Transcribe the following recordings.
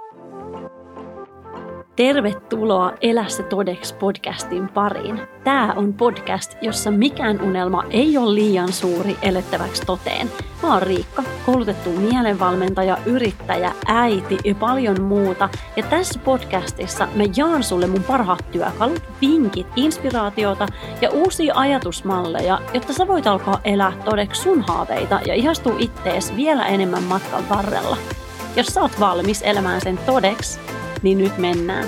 Tervetuloa Elä se todeksi podcastin pariin. Tämä on podcast, jossa mikään unelma ei ole liian suuri elettäväksi toteen. Mä oon Riikka, koulutettu mielenvalmentaja, yrittäjä, äiti ja paljon muuta. Ja tässä podcastissa mä jaan sulle mun parhaat työkalut, vinkit, inspiraatiota ja uusia ajatusmalleja, jotta sä voit alkaa elää todeksi sun haaveita ja ihastua ittees vielä enemmän matkan varrella. Jos sä oot valmis elämään sen todeksi, niin nyt mennään.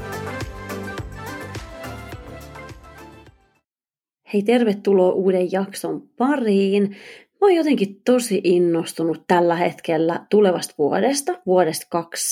Hei, tervetuloa uuden jakson pariin. Mä oon jotenkin tosi innostunut tällä hetkellä tulevasta vuodesta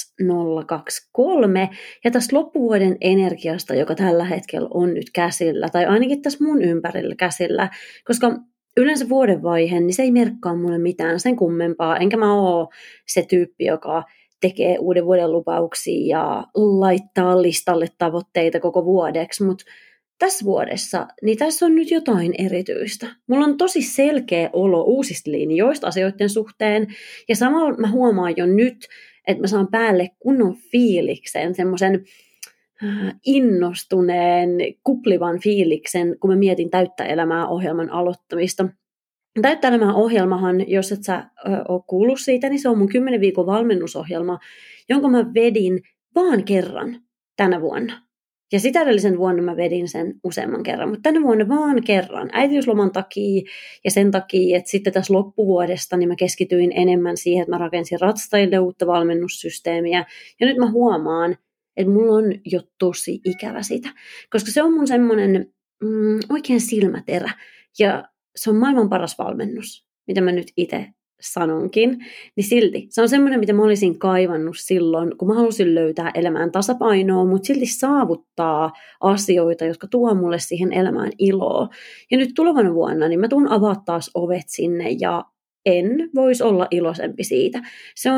2023 ja tästä loppuvuoden energiasta, joka tällä hetkellä on nyt käsillä, tai ainakin tässä mun ympärillä käsillä, koska yleensä vuodenvaihe, niin se ei merkkaa mulle mitään sen kummempaa, enkä mä oo se tyyppi, joka tekee uuden vuoden lupauksia ja laittaa listalle tavoitteita koko vuodeksi, mutta tässä vuodessa, niin tässä on nyt jotain erityistä. Mulla on tosi selkeä olo uusista linjoista asioiden suhteen, ja samalla mä huomaan jo nyt, että mä saan päälle kunnon fiiliksen, semmoisen innostuneen, kuplivan fiiliksen, kun mä mietin Täyttä elämää -ohjelman aloittamista. Täyttä elämää -ohjelmahan, jos et sä ole kuullut siitä, niin se on mun 10 viikon valmennusohjelma, jonka mä vedin vaan kerran tänä vuonna. Ja sitä edellisen vuonna mä vedin sen useamman kerran, mutta tänä vuonna vaan kerran äitiysloman takia ja sen takia, että sitten tässä loppuvuodesta niin mä keskityin enemmän siihen, että mä rakensin ratsastajille uutta valmennussysteemiä. Ja nyt mä huomaan, että mulla on jo tosi ikävä sitä, koska se on mun semmoinen oikein silmäterä ja se on maailman paras valmennus, mitä mä nyt itse sanonkin, niin silti se on semmoinen, mitä mä olisin kaivannut silloin, kun mä halusin löytää elämään tasapainoa, mutta silti saavuttaa asioita, jotka tuo mulle siihen elämään iloa. Ja nyt tulevana vuonna, niin mä tuun avaa taas ovet sinne ja en voisi olla iloisempi siitä. Se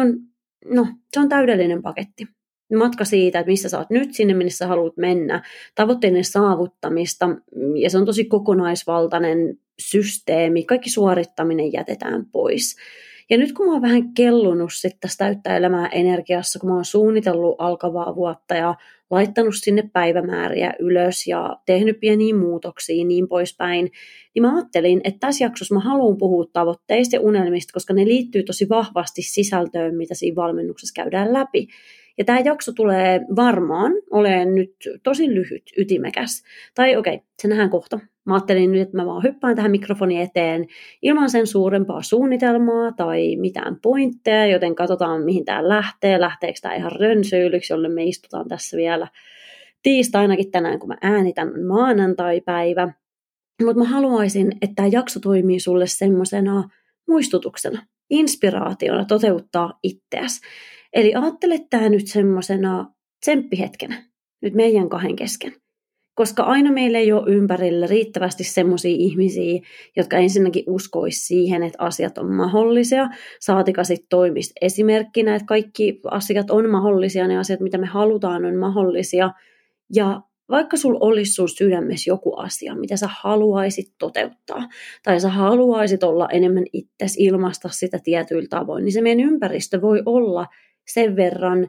on täydellinen paketti. Matka siitä, että missä sä oot nyt, sinne minne sä haluat mennä, tavoitteiden saavuttamista, ja se on tosi kokonaisvaltainen systeemi, kaikki suorittaminen jätetään pois. Ja nyt kun mä oon vähän kellunut sitten tässä Täyttä elämää -energiassa, kun mä oon suunnitellut alkavaa vuotta ja laittanut sinne päivämääriä ylös ja tehnyt pieniä muutoksia niin poispäin, niin mä ajattelin, että tässä jaksossa mä haluan puhua tavoitteista ja unelmista, koska ne liittyy tosi vahvasti sisältöön, mitä siinä valmennuksessa käydään läpi. Ja tämä jakso tulee varmaan olemaan nyt tosi lyhyt, ytimekäs. Tai okei, se nähdään kohta. Mä ajattelin nyt, että mä vaan hyppään tähän mikrofonin eteen ilman sen suurempaa suunnitelmaa tai mitään pointteja, joten katsotaan, mihin tämä lähtee. Lähteekö tämä ihan rönsyilyksi, jolle me istutaan tässä vielä tiistainakin tänään, kun mä äänitän, on maanantai-päivä. Mutta mä haluaisin, että tämä jakso toimii sulle semmoisena muistutuksena, inspiraationa toteuttaa itseäsi. Eli ajattele tämä nyt semmoisena tsemppihetkenä, nyt meidän kahden kesken. Koska aina meillä ei ole ympärillä riittävästi semmoisia ihmisiä, jotka ensinnäkin uskoisi siihen, että asiat on mahdollisia, saatika sitten toimisi esimerkkinä, että kaikki asiat on mahdollisia, ne asiat, mitä me halutaan, on mahdollisia. Ja vaikka sulla olisi sun sydämessä joku asia, mitä sä haluaisit toteuttaa, tai sä haluaisit olla enemmän itsesi, ilmaista sitä tietyillä tavoin, niin se meidän ympäristö voi olla sen verran,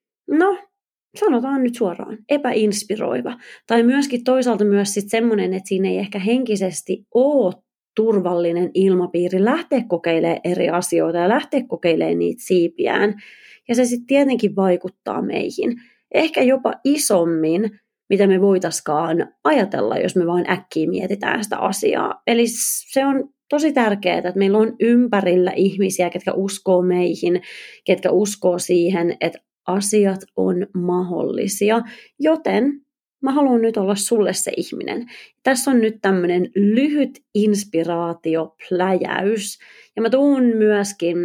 sanotaan nyt suoraan, epäinspiroiva. Tai myöskin toisaalta myös sit semmoinen, että siinä ei ehkä henkisesti ole turvallinen ilmapiiri lähteä kokeilemaan eri asioita ja lähteä kokeilemaan niitä siipiään. Ja se sitten tietenkin vaikuttaa meihin. Ehkä jopa isommin, mitä me voitaisikaan ajatella, jos me vain äkkiä mietitään sitä asiaa. Eli se on tosi tärkeää, että meillä on ympärillä ihmisiä, ketkä uskoo meihin, ketkä uskoo siihen, että asiat on mahdollisia, joten mä haluan nyt olla sulle se ihminen. Tässä on nyt tämmöinen lyhyt inspiraatiopläjäys, ja mä tuun myöskin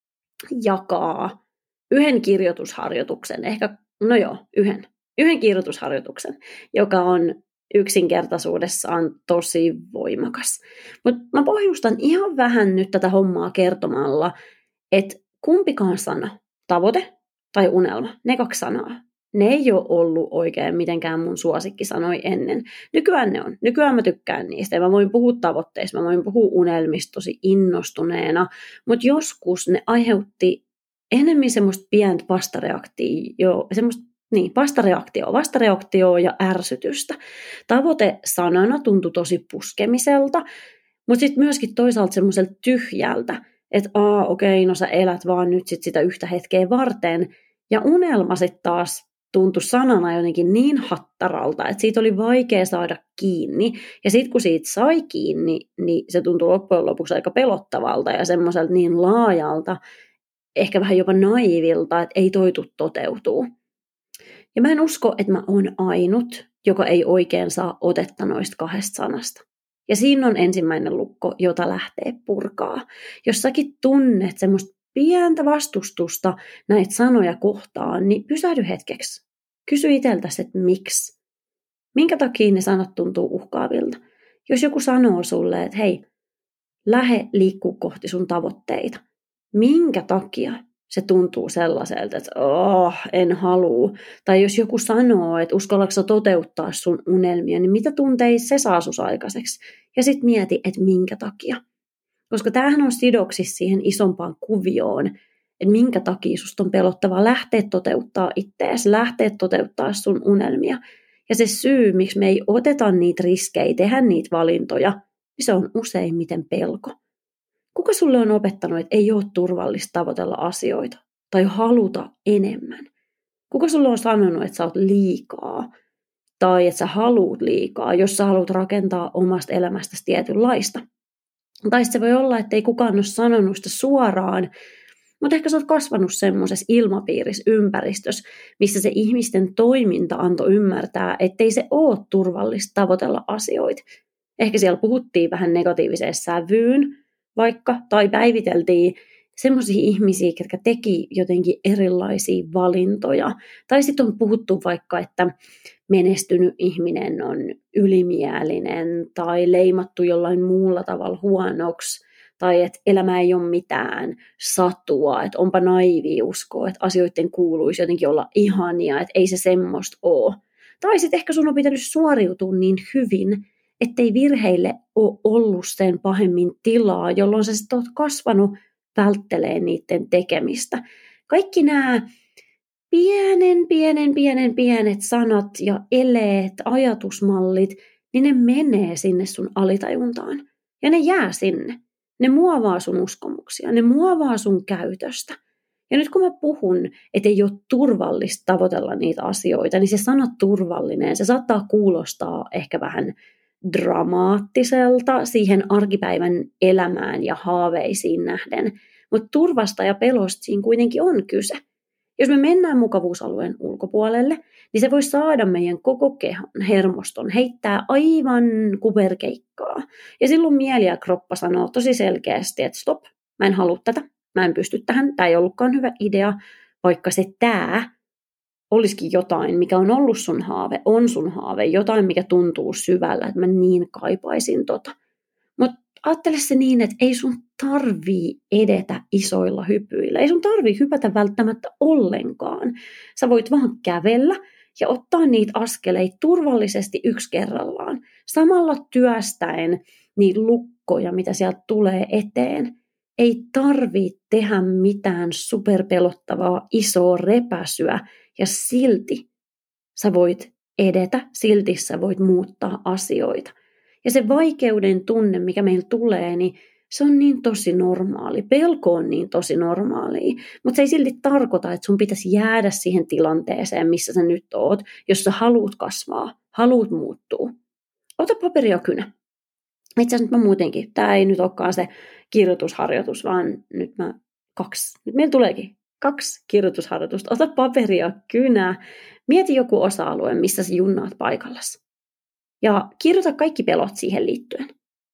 jakaa yhden kirjoitusharjoituksen, yhden kirjoitusharjoituksen, joka on yksinkertaisuudessaan tosi voimakas. Mutta mä pohjustan ihan vähän nyt tätä hommaa kertomalla, että kumpikaan sana, tavoite tai unelma, ne 2 sanaa, ne ei ole ollut oikein mitenkään mun suosikkisanoja ennen. Nykyään ne on. Nykyään mä tykkään niistä ja mä voin puhua tavoitteista, mä voin puhua unelmista tosi innostuneena, mutta joskus ne aiheutti enemmän semmoista pientä vastareaktioa ja ärsytystä. Tavoite sanana tuntui tosi puskemiselta, mutta sitten myöskin toisaalta semmoiselta tyhjältä, että okei, no sä elät vaan nyt sitä yhtä hetkeä varten. Ja unelma sitten taas tuntui sanana jotenkin niin hattaralta, että siitä oli vaikea saada kiinni. Ja sitten kun siitä sai kiinni, niin se tuntui loppujen lopuksi aika pelottavalta ja semmoiselta niin laajalta, ehkä vähän jopa naivilta, että ei toitu toteutuu. Ja mä en usko, että mä oon ainut, joka ei oikein saa otetta noista kahdesta sanasta. Ja siinä on ensimmäinen lukko, jota lähtee purkaa. Jos säkin tunnet semmoista pientä vastustusta näitä sanoja kohtaan, niin pysähdy hetkeksi. Kysy itseltäsi, että miksi. Minkä takia ne sanat tuntuu uhkaavilta? Jos joku sanoo sulle, että hei, lähde liikkuu kohti sun tavoitteita. Minkä takia se tuntuu sellaiselta, että en halua. Tai jos joku sanoo, että uskallatko toteuttaa sun unelmia, niin mitä tunteita se saa sus aikaiseksi? Ja sitten mieti, että minkä takia. Koska tämähän on sidoksissa siihen isompaan kuvioon, että minkä takia susta on pelottavaa lähteä toteuttaa itseäsi, lähteä toteuttaa sun unelmia. Ja se syy, miksi me ei oteta niitä riskejä, tehdä niitä valintoja, niin se on useimmiten pelko. Kuka sulle on opettanut, että ei ole turvallista tavoitella asioita tai haluta enemmän? Kuka sulle on sanonut, että sä oot liikaa tai että sä haluut liikaa, jos sä haluat rakentaa omasta elämästäsi tietynlaista? Tai se voi olla, että ei kukaan ole sanonut sitä suoraan, mutta ehkä sä oot kasvanut semmoisessa ilmapiirissä, ympäristössä, missä se ihmisten toiminta antoi ymmärtää, ettei se ole turvallista tavoitella asioita. Ehkä siellä puhuttiin vähän negatiiviseen sävyyn, vaikka, tai päiviteltiin semmoisia ihmisiä, jotka teki jotenkin erilaisia valintoja. Tai sitten on puhuttu vaikka, että menestynyt ihminen on ylimielinen tai leimattu jollain muulla tavalla huonoksi, tai että elämä ei ole mitään satua, että onpa naivi uskoa, että asioiden kuuluisi jotenkin olla ihania, että ei se semmoista ole. Tai sitten ehkä sun on pitänyt suoriutua niin hyvin, ettei virheille ole ollut sen pahemmin tilaa, jolloin sä sitten oot kasvanut välttelemään niiden tekemistä. Kaikki nämä pienet sanat ja eleet, ajatusmallit, niin ne menee sinne sun alitajuntaan. Ja ne jää sinne. Ne muovaa sun uskomuksia, ne muovaa sun käytöstä. Ja nyt kun mä puhun, että ei ole turvallista tavoitella niitä asioita, niin se sana turvallinen, se saattaa kuulostaa ehkä vähän dramaattiselta siihen arkipäivän elämään ja haaveisiin nähden. Mutta turvasta ja pelosta siinä kuitenkin on kyse. Jos me mennään mukavuusalueen ulkopuolelle, niin se voi saada meidän koko kehon, hermoston, heittää aivan kuperkeikkaa. Ja silloin mieli ja kroppa sanoo tosi selkeästi, että stop, mä en halua tätä, mä en pysty tähän, tämä ei ollutkaan hyvä idea, vaikka se tämä olisikin jotain, mikä on ollut sun haave, on sun haave, jotain, mikä tuntuu syvällä, että mä niin kaipaisin tota. Mutta ajattele se niin, että ei sun tarvii edetä isoilla hypyillä. Ei sun tarvii hypätä välttämättä ollenkaan. Sä voit vaan kävellä ja ottaa niitä askeleita turvallisesti yksi kerrallaan. Samalla työstäen niitä lukkoja, mitä sieltä tulee eteen. Ei tarvitse tehdä mitään superpelottavaa isoa repäsyä ja silti sä voit edetä, silti sä voit muuttaa asioita. Ja se vaikeuden tunne, mikä meillä tulee, niin se on niin tosi normaali. Pelko on niin tosi normaalia, mutta se ei silti tarkoita, että sun pitäisi jäädä siihen tilanteeseen, missä sä nyt oot, jos sä haluat kasvaa, haluat muuttua. Ota paperi ja kynä. Itse asiassa mä muutenkin, tämä ei nyt olekaan se kirjoitusharjoitus, vaan nyt meillä tuleekin 2 kirjoitusharjoitusta. Ota paperi ja kynä. Mieti joku osa-alue, missä sä junnaat paikallasi. Ja kirjoita kaikki pelot siihen liittyen.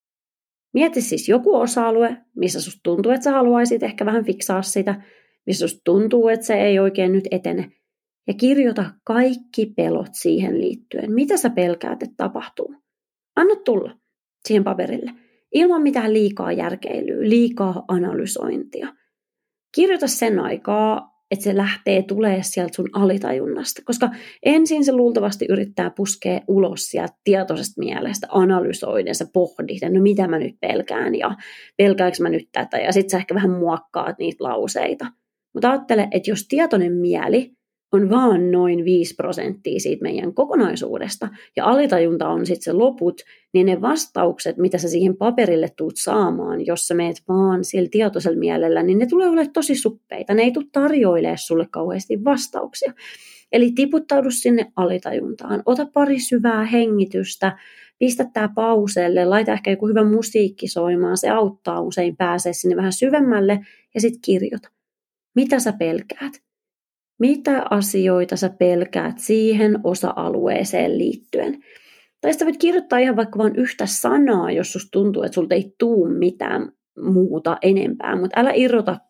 Mieti siis joku osa-alue, missä susta tuntuu, että sä haluaisit ehkä vähän fiksaa sitä, missä susta tuntuu, että se ei oikein nyt etene. Ja kirjoita kaikki pelot siihen liittyen. Mitä sä pelkäät, että tapahtuu? Anna tulla siihen paperille. Ilman mitään liikaa järkeilyä, liikaa analysointia. Kirjoita sen aikaa, että se lähtee tulee sieltä sun alitajunnasta, koska ensin se luultavasti yrittää puskea ulos sieltä tietoisesta mielestä, analysoiden, sä pohdit, no mitä mä nyt pelkään ja pelkäänkö mä nyt tätä, ja sit sä ehkä vähän muokkaat niitä lauseita. Mutta ajattele, että jos tietoinen mieli on vaan noin 5% siitä meidän kokonaisuudesta, ja alitajunta on sitten se loput, niin ne vastaukset, mitä sä siihen paperille tuut saamaan, jos sä meet vaan sillä tietoisella mielellä, niin ne tulee olemaan tosi suppeita. Ne ei tule tarjoilemaan sulle kauheasti vastauksia. Eli tiputtaudu sinne alitajuntaan, ota pari syvää hengitystä, pistä tää pauseelle, laita ehkä joku hyvä musiikki soimaan, se auttaa usein pääsee sinne vähän syvemmälle ja sitten kirjoita. Mitä sä pelkäät? Mitä asioita sä pelkäät siihen osa-alueeseen liittyen? Tai sitä voit kirjoittaa ihan vaikka vain yhtä sanaa, jos susta tuntuu, että sulta ei tule mitään muuta enempää, mutta älä irrota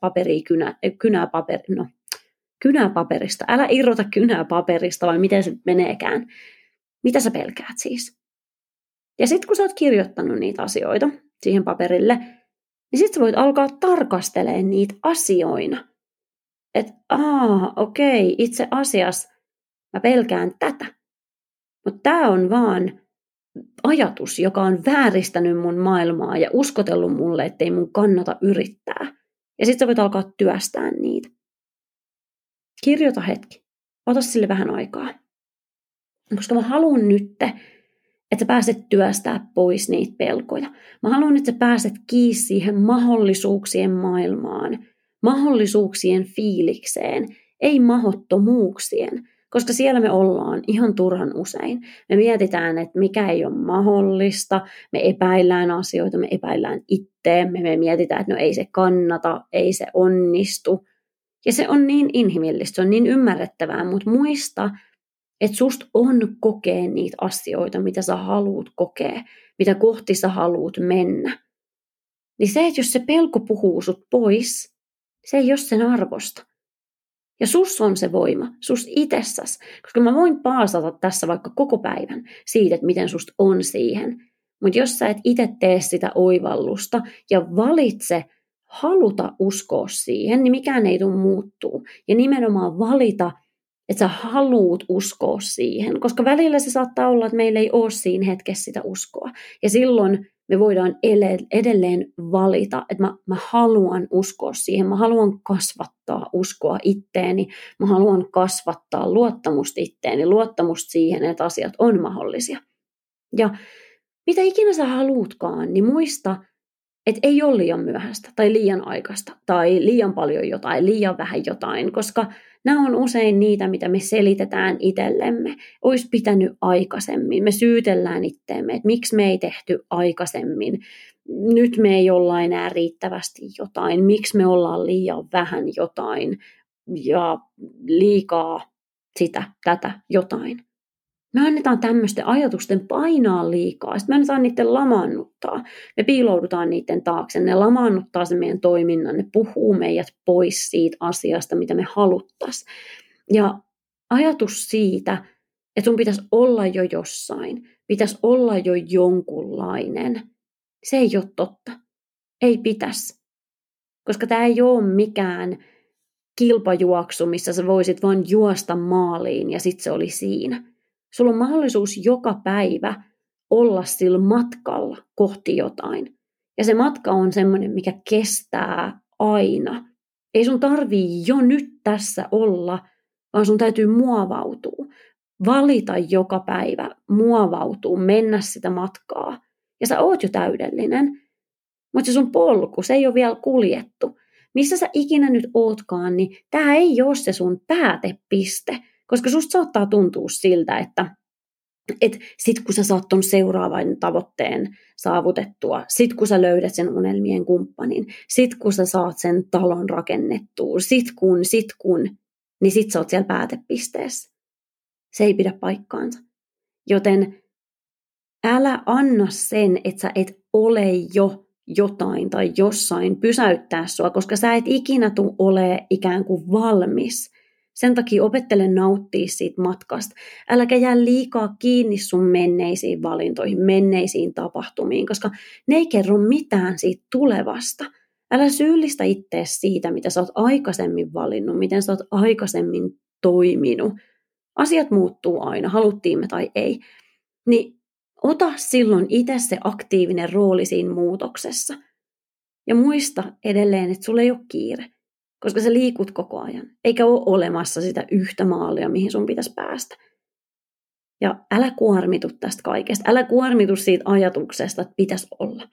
kynää paperista. Älä irrota kynää paperista, vai miten se meneekään. Mitä sä pelkäät siis? Ja sitten kun sä oot kirjoittanut niitä asioita siihen paperille, niin sitten sä voit alkaa tarkastelemaan niitä asioina. Että okei, itse asiassa mä pelkään tätä. Mutta tää on vaan ajatus, joka on vääristänyt mun maailmaa ja uskotellut mulle, ettei mun kannata yrittää. Ja sitten sä voit alkaa työstää niitä. Kirjoita hetki. Ota sille vähän aikaa. Koska mä haluan nyt, että sä pääset työstää pois niitä pelkoja. Mä haluan, että sä pääset kiinni siihen mahdollisuuksien maailmaan, mahdollisuuksien fiilikseen, ei mahdottomuuksien, koska siellä me ollaan ihan turhan usein. Me mietitään, että mikä ei ole mahdollista, me epäillään asioita, me epäillään itteemme, me mietitään, että no ei se kannata, ei se onnistu. Ja se on niin inhimillistä, se on niin ymmärrettävää, mutta muista, että susta on kokea niitä asioita, mitä sä haluut kokea, mitä kohti sä haluut mennä. Niin se, että jos se pelko puhuu sut pois, se ei ole sen arvosta. Ja sus on se voima, sus itsessäs. Koska mä voin paasata tässä vaikka koko päivän siitä, että miten susta on siihen. Mutta jos sä et itse tee sitä oivallusta ja valitse haluta uskoa siihen, niin mikään ei tule muuttuu. Ja nimenomaan valita, että sä haluut uskoa siihen, koska välillä se saattaa olla, että meillä ei ole siinä hetkessä sitä uskoa. Ja silloin me voidaan edelleen valita, että mä haluan uskoa siihen, mä haluan kasvattaa uskoa itteeni, mä haluan kasvattaa luottamusta itteeni, luottamusta siihen, että asiat on mahdollisia. Ja mitä ikinä sä haluutkaan, niin muista, että ei ole liian myöhäistä tai liian aikaista tai liian paljon jotain, liian vähän jotain, koska nämä on usein niitä, mitä me selitetään itsellemme. Olisi pitänyt aikaisemmin. Me syytellään itteemme, että miksi me ei tehty aikaisemmin. Nyt me ei olla enää riittävästi jotain. Miksi me ollaan liian vähän jotain ja liikaa sitä, tätä, jotain. Me annetaan tämmöisten ajatusten painaa liikaa. Sitten me annetaan niiden lamaannuttaa. Me piiloudutaan niiden taakse. Ne lamaannuttaa sen meidän toiminnan. Ne puhuu meidät pois siitä asiasta, mitä me haluttaisiin. Ja ajatus siitä, että sun pitäisi olla jo jossain, pitäisi olla jo jonkunlainen, se ei ole totta. Ei pitäisi. Koska tämä ei ole mikään kilpajuoksu, missä sä voisit vain juosta maaliin ja sitten se oli siinä. Sulla on mahdollisuus joka päivä olla sillä matkalla kohti jotain. Ja se matka on semmoinen, mikä kestää aina. Ei sun tarvii jo nyt tässä olla, vaan sun täytyy muovautua. Valita joka päivä, muovautua, mennä sitä matkaa. Ja sä oot jo täydellinen, mutta se sun polku, se ei ole vielä kuljettu. Missä sä ikinä nyt ootkaan, niin tää ei ole se sun päätepiste. Koska susta saattaa tuntua siltä, että sit kun sä saat ton seuraavan tavoitteen saavutettua, sit kun sä löydät sen unelmien kumppanin, sit kun sä saat sen talon rakennettua, sit kun, niin sit sä oot siellä päätepisteessä. Se ei pidä paikkaansa. Joten älä anna sen, että sä et ole jo jotain tai jossain pysäyttää sua, koska sä et ikinä tule ole ikään kuin valmis. Sen takia opettele nauttia siitä matkasta. Äläkä jää liikaa kiinni sun menneisiin valintoihin, menneisiin tapahtumiin, koska ne ei kerro mitään siitä tulevasta. Älä syyllistä ittees siitä, mitä sä oot aikaisemmin valinnut, miten sä oot aikaisemmin toiminut. Asiat muuttuu aina, haluttiin me tai ei. Niin ota silloin itse se aktiivinen rooli siinä muutoksessa. Ja muista edelleen, että sulla ei ole kiire. koska sä liikut koko ajan, eikä ole olemassa sitä yhtä maalia, mihin sun pitäisi päästä. Ja älä kuormitu tästä kaikesta, älä kuormitu siitä ajatuksesta, että pitäisi olla.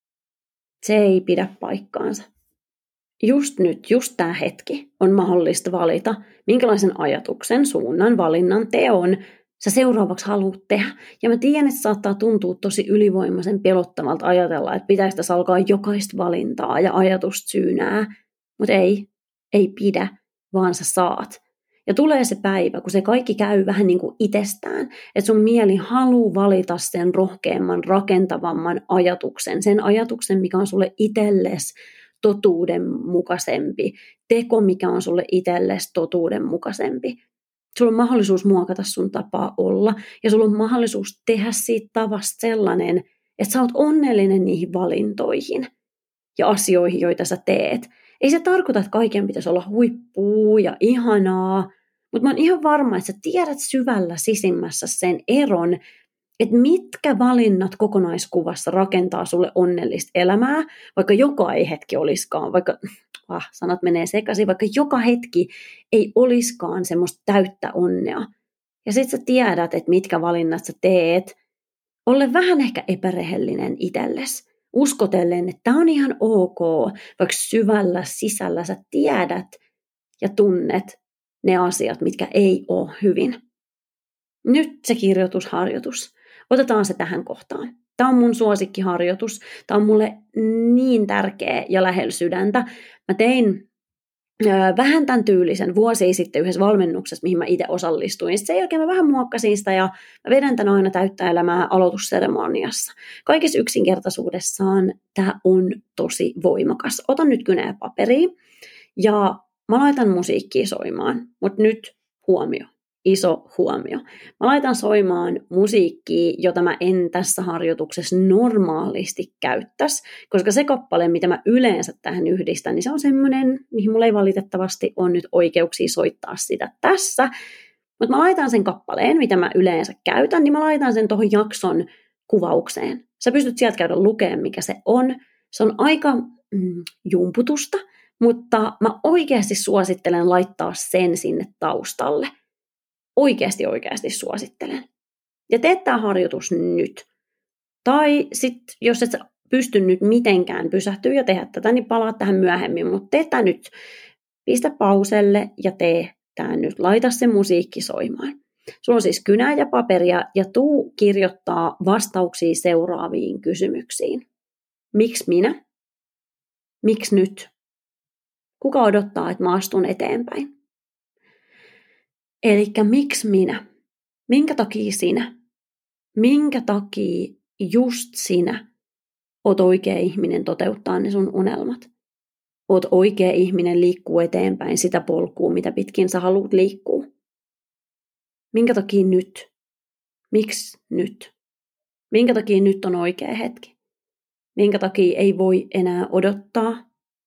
Se ei pidä paikkaansa. Just nyt, just tämä hetki on mahdollista valita, minkälaisen ajatuksen, suunnan, valinnan, teon sä seuraavaksi haluat tehdä. Ja mä tiedän, että saattaa tuntua tosi ylivoimaisen pelottavalta ajatella, että pitäisi tässä alkaa jokaista valintaa ja ajatusta syynää. Mutta ei pidä, vaan sä saat. Ja tulee se päivä, kun se kaikki käy vähän niin kuin itsestään, että sun mieli haluaa valita sen rohkeamman, rakentavamman ajatuksen, sen ajatuksen, mikä on sulle itsellesi totuudenmukaisempi, teko, mikä on sulle itsellesi totuudenmukaisempi. Sulla on mahdollisuus muokata sun tapaa olla, ja sulla on mahdollisuus tehdä siitä tavasta sellainen, että sä oot onnellinen niihin valintoihin ja asioihin, joita sä teet. Ei se tarkoita, että kaiken pitäisi olla huippua ja ihanaa, mutta mä oon ihan varma, että sä tiedät syvällä sisimmässä sen eron, että mitkä valinnat kokonaiskuvassa rakentaa sulle onnellista elämää, vaikka joka ei hetki olisikaan, vaikka sanat menee sekaisin, vaikka joka hetki ei olisikaan semmoista täyttä onnea. Ja sit sä tiedät, että mitkä valinnat sä teet, ole vähän ehkä epärehellinen itsellesi. Uskotellen, että tämä on ihan ok, vaikka syvällä sisällä sä tiedät ja tunnet ne asiat, mitkä ei ole hyvin. Nyt se kirjoitusharjoitus. Otetaan se tähän kohtaan. Tämä on mun suosikkiharjoitus. Tämä on mulle niin tärkeä ja lähellä sydäntä. Mä tein vähän tämän tyylisen vuosia sitten yhdessä valmennuksessa, mihin mä itse osallistuin. Sitten sen jälkeen mä vähän muokkasin sitä ja mä vedän tämän aina täyttä elämää aloitusseremoniassa. Kaikessa yksinkertaisuudessaan tämä on tosi voimakas. Otan nyt kynä ja paperia ja mä laitan musiikkia soimaan, mutta nyt huomio. Iso huomio. Mä laitan soimaan musiikkia, jota mä en tässä harjoituksessa normaalisti käyttäisi, koska se kappale, mitä mä yleensä tähän yhdistän, niin se on semmoinen, mihin mulla ei valitettavasti ole nyt oikeuksia soittaa sitä tässä. Mutta mä laitan sen kappaleen, mitä mä yleensä käytän, niin mä laitan sen tuohon jakson kuvaukseen. Sä pystyt sieltä käydä lukemaan, mikä se on. Se on aika jumputusta, mutta mä oikeasti suosittelen laittaa sen sinne taustalle. Oikeasti suosittelen. Ja tee tämä harjoitus nyt. Tai sitten, jos et pysty nyt mitenkään pysähtyä ja tehdä tätä, niin palaa tähän myöhemmin. Mutta tee tämä nyt. Pistä pauselle ja tee tämä nyt. Laita se musiikki soimaan. Sulla on siis kynää ja paperia ja tuu kirjoittaa vastauksia seuraaviin kysymyksiin. Miksi minä? Miksi nyt? Kuka odottaa, että mä astun eteenpäin? Elikkä miksi minä? Minkä takia sinä? Minkä takia just sinä oot oikea ihminen toteuttaa ne sun unelmat? Oot oikea ihminen liikkuu eteenpäin sitä polkua, mitä pitkin sä haluat liikkua. Minkä takia nyt? Miksi nyt? Minkä takia nyt on oikea hetki? Minkä takia ei voi enää odottaa?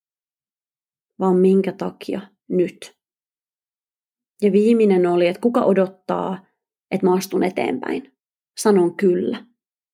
Vaan minkä takia nyt? Ja viimeinen oli, että kuka odottaa, että mä astun eteenpäin? Sanon kyllä.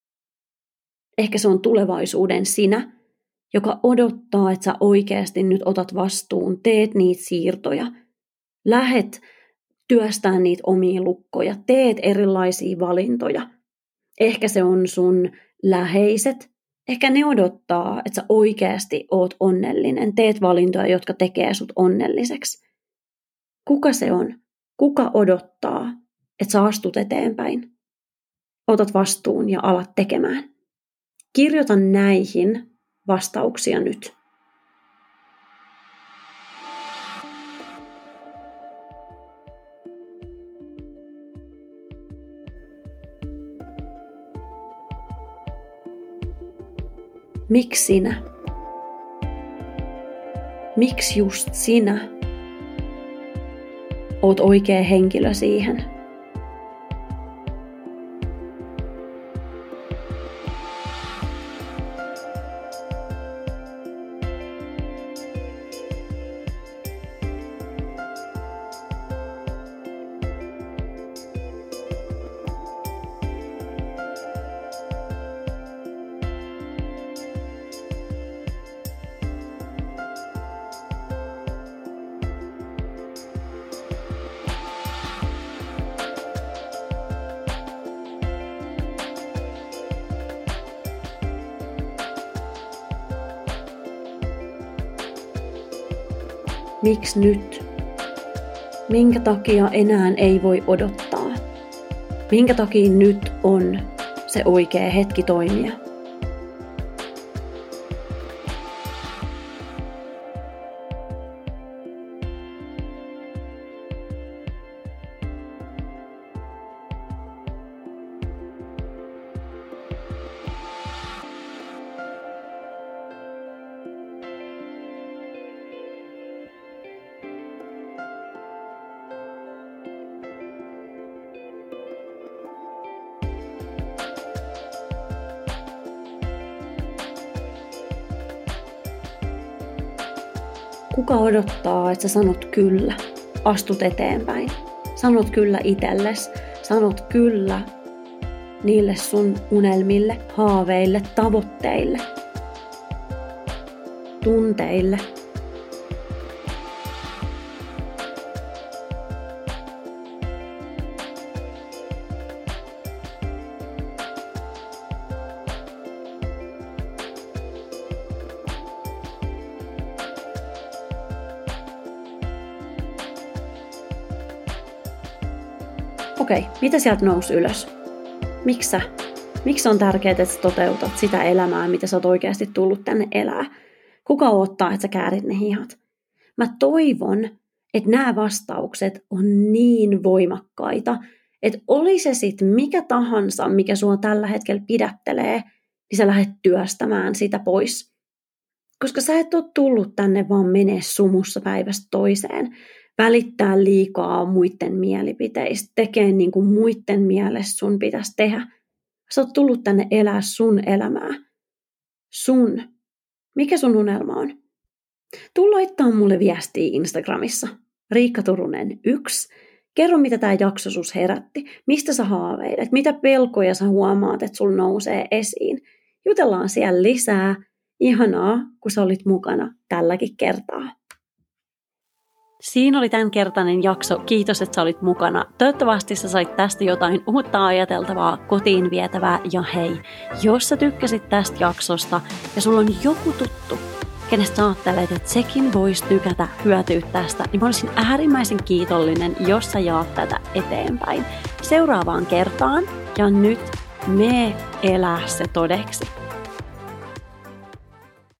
Ehkä se on tulevaisuuden sinä, joka odottaa, että sä oikeasti nyt otat vastuun, teet niitä siirtoja, lähet työstään niitä omia lukkoja, teet erilaisia valintoja. Ehkä se on sun läheiset, ehkä ne odottaa, että sä oikeasti oot onnellinen, teet valintoja, jotka tekee sut onnelliseksi. Kuka se on? Kuka odottaa, että sä astut eteenpäin? Otat vastuun ja alat tekemään. Kirjoita näihin vastauksia nyt. Miksi sinä? Miksi just sinä oot oikea henkilö siihen? Miksi nyt? Minkä takia enää ei voi odottaa? Minkä takia nyt on se oikea hetki toimia? Kuka odottaa, että sä sanot kyllä, astut eteenpäin, sanot kyllä itsellesi, sanot kyllä niille sun unelmille, haaveille, tavoitteille, tunteille. Okei, mitä sieltä nousi ylös? Miksi on tärkeää, että sä toteutat sitä elämää, mitä sä oot oikeasti tullut tänne elää? Kuka odottaa, että sä käärit ne hihat? Mä toivon, että nämä vastaukset on niin voimakkaita, että oli se sitten mikä tahansa, mikä sua tällä hetkellä pidättelee, niin sä lähdet työstämään sitä pois. Koska sä et ole tullut tänne vaan menee sumussa päivästä toiseen, välittää liikaa muiden mielipiteistä, tekee niin kuin muiden mielestä sun pitäisi tehdä. Sä oot tullut tänne elää sun elämää. Mikä sun unelma on? Tuu laittaa mulle viestiä Instagramissa. Riikka Turunen 1. Kerro, mitä tää jakso sus herätti. Mistä sä haaveilet? Mitä pelkoja sä huomaat, että sul nousee esiin? Jutellaan siellä lisää. Ihanaa, kun sä olit mukana tälläkin kertaa. Siinä oli tämänkertainen jakso. Kiitos, että sä olit mukana. Toivottavasti sä sait tästä jotain uutta ajateltavaa, kotiin vietävää. Ja hei, jos sä tykkäsit tästä jaksosta ja sulla on joku tuttu, kenestä sä ajattelet, että sekin voisi tykätä, hyötyä tästä, niin mä olisin äärimmäisen kiitollinen, jos sä jaat tätä eteenpäin. Seuraavaan kertaan ja nyt mee elää se todeksi.